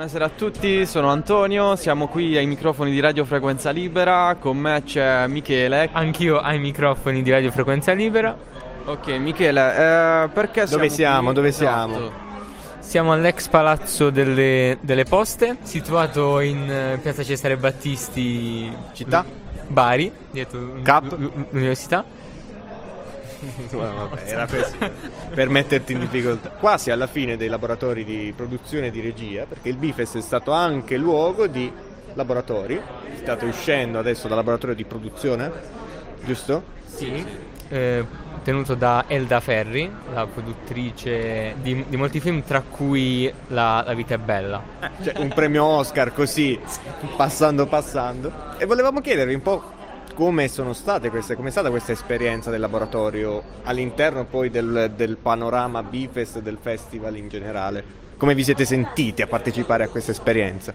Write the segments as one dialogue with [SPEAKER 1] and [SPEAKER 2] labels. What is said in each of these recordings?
[SPEAKER 1] Buonasera a tutti, sono Antonio, siamo qui ai microfoni di Radio Frequenza Libera, con me c'è Michele.
[SPEAKER 2] Anch'io ai microfoni di Radio Frequenza Libera.
[SPEAKER 1] Ok, Michele, perché
[SPEAKER 3] Dove siamo?
[SPEAKER 1] qui?
[SPEAKER 3] Dove
[SPEAKER 1] Esatto.
[SPEAKER 3] siamo?
[SPEAKER 2] Siamo all'ex Palazzo delle Poste, situato in piazza Cesare Battisti,
[SPEAKER 3] Città?
[SPEAKER 2] Bari, dietro
[SPEAKER 3] Cap?
[SPEAKER 2] l'università.
[SPEAKER 3] Vabbè, era per metterti in difficoltà. Quasi alla fine dei laboratori di produzione e di regia, perché il Bifest è stato anche luogo di laboratori. State uscendo adesso dal laboratorio di produzione, giusto?
[SPEAKER 2] Sì, tenuto da Elda Ferri, la produttrice di molti film, tra cui La vita è bella.
[SPEAKER 3] Cioè, un premio Oscar così, passando. E volevamo chiedervi un po' come è stata questa esperienza del laboratorio all'interno poi del panorama Bifest e del festival in generale. Come vi siete sentiti a partecipare a questa esperienza?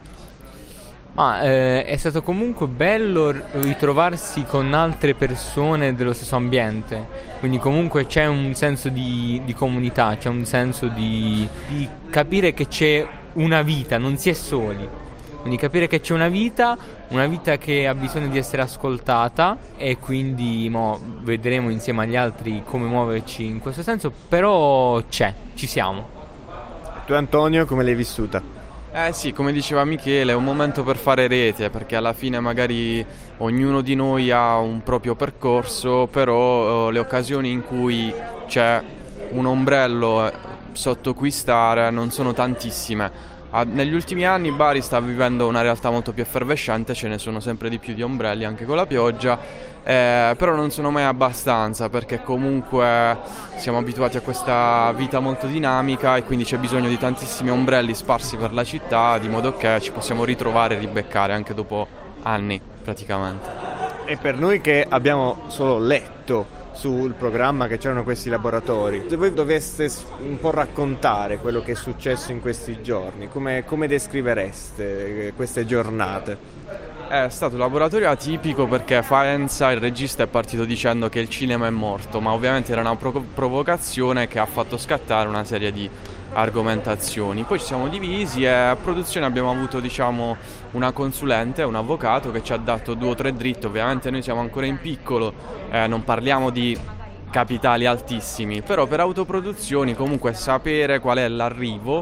[SPEAKER 2] È stato comunque bello ritrovarsi con altre persone dello stesso ambiente, quindi comunque c'è un senso di comunità, c'è un senso di capire che c'è una vita, non si è soli. Quindi capire che c'è una vita che ha bisogno di essere ascoltata, e quindi vedremo insieme agli altri come muoverci in questo senso, però ci siamo.
[SPEAKER 3] Tu Antonio, come l'hai vissuta?
[SPEAKER 1] Sì, come diceva Michele, è un momento per fare rete, perché alla fine magari ognuno di noi ha un proprio percorso, però le occasioni in cui c'è un ombrello sotto cui stare non sono tantissime. Negli ultimi anni Bari sta vivendo una realtà molto più effervescente, ce ne sono sempre di più di ombrelli anche con la pioggia, però non sono mai abbastanza, perché comunque siamo abituati a questa vita molto dinamica e quindi c'è bisogno di tantissimi ombrelli sparsi per la città, di modo che ci possiamo ritrovare e ribeccare anche dopo anni praticamente.
[SPEAKER 3] E per noi che abbiamo solo letto sul programma che c'erano questi laboratori, se voi doveste un po' raccontare quello che è successo in questi giorni, come descrivereste queste giornate?
[SPEAKER 1] È stato un laboratorio atipico perché Faenza, il regista, è partito dicendo che il cinema è morto, ma ovviamente era una provocazione che ha fatto scattare una serie di argomentazioni. Poi ci siamo divisi e a produzione abbiamo avuto una consulente, un avvocato che ci ha dato 2 o 3 dritte. Ovviamente noi siamo ancora in piccolo, non parliamo di capitali altissimi, però per autoproduzioni comunque sapere qual è l'arrivo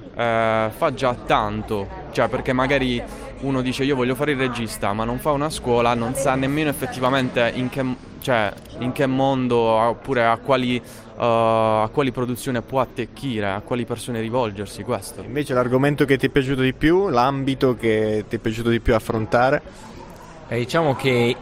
[SPEAKER 1] fa già tanto, cioè perché magari uno dice io voglio fare il regista ma non fa una scuola, non sa nemmeno effettivamente in che mondo oppure a quali produzioni può attecchire, a quali persone rivolgersi. Questo
[SPEAKER 3] invece l'argomento che ti è piaciuto di più, l'ambito che ti è piaciuto di più affrontare?
[SPEAKER 2] Diciamo che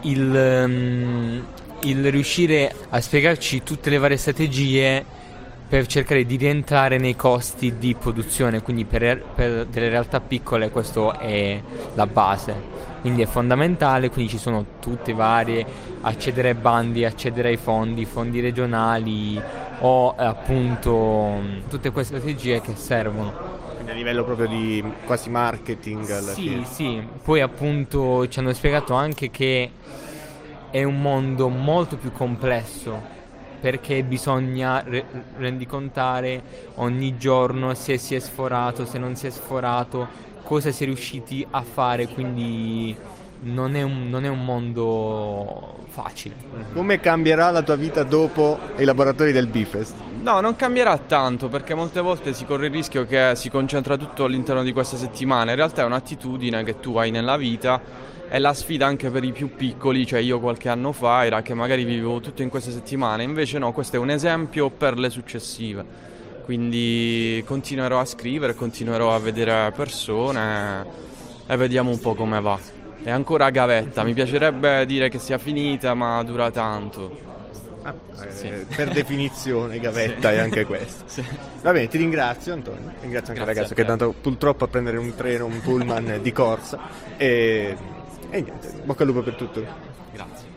[SPEAKER 2] il riuscire a spiegarci tutte le varie strategie per cercare di rientrare nei costi di produzione, quindi per delle realtà piccole questo è la base, quindi è fondamentale. Quindi ci sono tutte varie, accedere ai bandi, accedere ai fondi regionali o appunto tutte queste strategie che servono.
[SPEAKER 3] Quindi a livello proprio di quasi marketing alla fine.
[SPEAKER 2] Sì, poi appunto ci hanno spiegato anche che è un mondo molto più complesso, perché bisogna rendicontare ogni giorno se si è sforato, se non si è sforato, cosa si è riusciti a fare, quindi non è un mondo facile.
[SPEAKER 3] Come cambierà la tua vita dopo i laboratori del Bifest?
[SPEAKER 1] no, non cambierà tanto, perché molte volte si corre il rischio che si concentra tutto all'interno di questa settimana. In realtà è un'attitudine che tu hai nella vita. È la sfida anche per i più piccoli, cioè io qualche anno fa era che magari vivevo tutto in queste settimane, invece no, questo è un esempio per le successive, quindi continuerò a scrivere, continuerò a vedere persone e vediamo un po' come va. È ancora a gavetta, mi piacerebbe dire che sia finita, ma dura tanto.
[SPEAKER 3] Sì. Per definizione gavetta sì. È anche questo. Sì. Va bene, ti ringrazio Antonio, ringrazio anche il ragazzo che è andato purtroppo a prendere un treno, un pullman di corsa e niente, bocca al lupo per tutto.
[SPEAKER 1] Grazie.